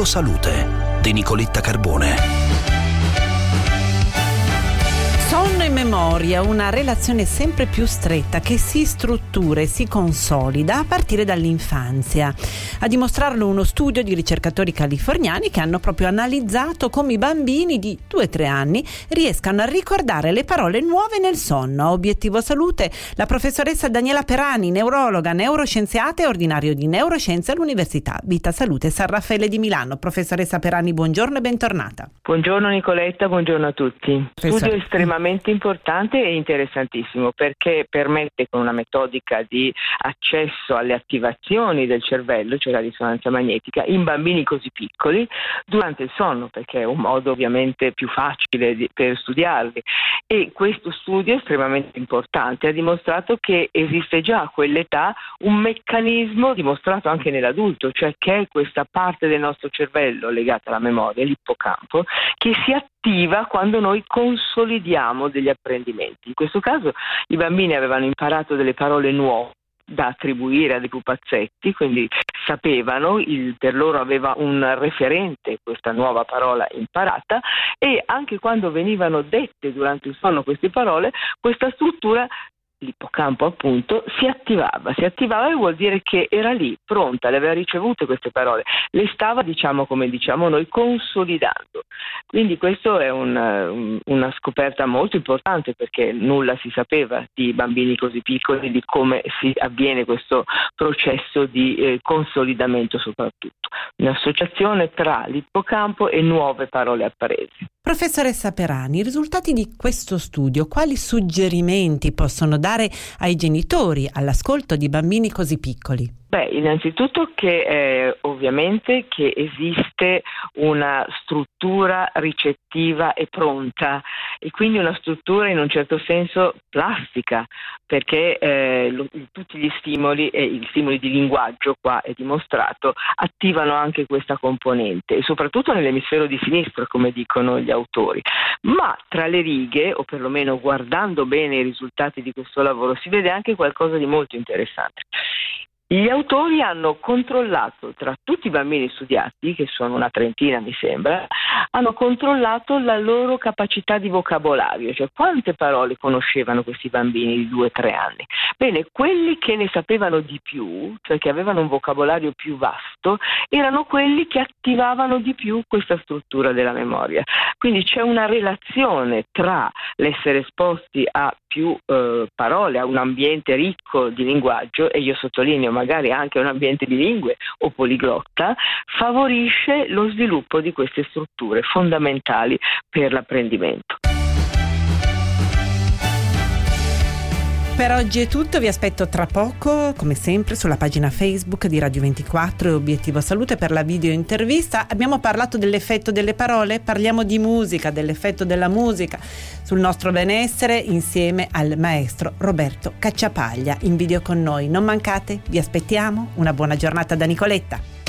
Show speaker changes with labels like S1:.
S1: Obiettivo Salute di Nicoletta Carbone.
S2: Sonno e memoria, una relazione sempre più stretta che si struttura e si consolida a partire dall'infanzia. A dimostrarlo uno studio di ricercatori californiani che hanno proprio analizzato come i bambini di 2-3 anni riescano a ricordare le parole nuove nel sonno. A Obiettivo Salute la professoressa Daniela Perani, neurologa, neuroscienziata e ordinario di neuroscienze all'Università Vita Salute San Raffaele di Milano. Professoressa Perani, buongiorno e bentornata.
S3: Buongiorno Nicoletta, buongiorno a tutti. Studio estremamente importante e interessantissimo perché permette, con una metodica di accesso alle attivazioni del cervello, cioè la risonanza magnetica, in bambini così piccoli durante il sonno, perché è un modo ovviamente più facile per studiarli. E questo studio estremamente importante ha dimostrato che esiste già a quell'età un meccanismo dimostrato anche nell'adulto, cioè che è questa parte del nostro cervello legata alla memoria, l'ippocampo, che si attiva quando noi consolidiamo degli apprendimenti. In questo caso i bambini avevano imparato delle parole nuove da attribuire a dei pupazzetti, quindi sapevano, per loro aveva un referente questa nuova parola imparata, e anche quando venivano dette durante il sonno queste parole, questa struttura, l'ippocampo appunto, si attivava e vuol dire che era lì, pronta, le aveva ricevute queste parole, le stava, come diciamo noi, consolidando. Quindi questo è una scoperta molto importante, perché nulla si sapeva di bambini così piccoli, di come si avviene questo processo di consolidamento soprattutto. Un'associazione tra l'ippocampo e nuove parole apprese.
S2: Professoressa Perani, i risultati di questo studio quali suggerimenti possono dare ai genitori all'ascolto di bambini così piccoli?
S3: Innanzitutto che ovviamente che esiste una struttura ricettiva e pronta, e quindi una struttura in un certo senso plastica, perché tutti gli stimoli e gli stimoli di linguaggio, qua è dimostrato, attivano anche questa componente, e soprattutto nell'emisfero di sinistra, come dicono gli autori. Ma tra le righe, o perlomeno guardando bene i risultati di questo lavoro, si vede anche qualcosa di molto interessante. Gli autori hanno controllato tra tutti i bambini studiati, che sono una trentina mi sembra, hanno controllato la loro capacità di vocabolario, cioè quante parole conoscevano questi bambini di 2-3 anni. Bene, quelli che ne sapevano di più, cioè che avevano un vocabolario più vasto, erano quelli che attivavano di più questa struttura della memoria. Quindi c'è una relazione tra l'essere esposti a più parole, a un ambiente ricco di linguaggio, e io sottolineo magari anche un ambiente bilingue o poliglotta, favorisce lo sviluppo di queste strutture fondamentali per l'apprendimento.
S2: Per oggi è tutto, vi aspetto tra poco, come sempre, sulla pagina Facebook di Radio 24 e Obiettivo Salute per la video intervista. Abbiamo parlato dell'effetto delle parole, parliamo di musica, dell'effetto della musica sul nostro benessere, insieme al maestro Roberto Cacciapaglia in video con noi. Non mancate, vi aspettiamo, una buona giornata da Nicoletta.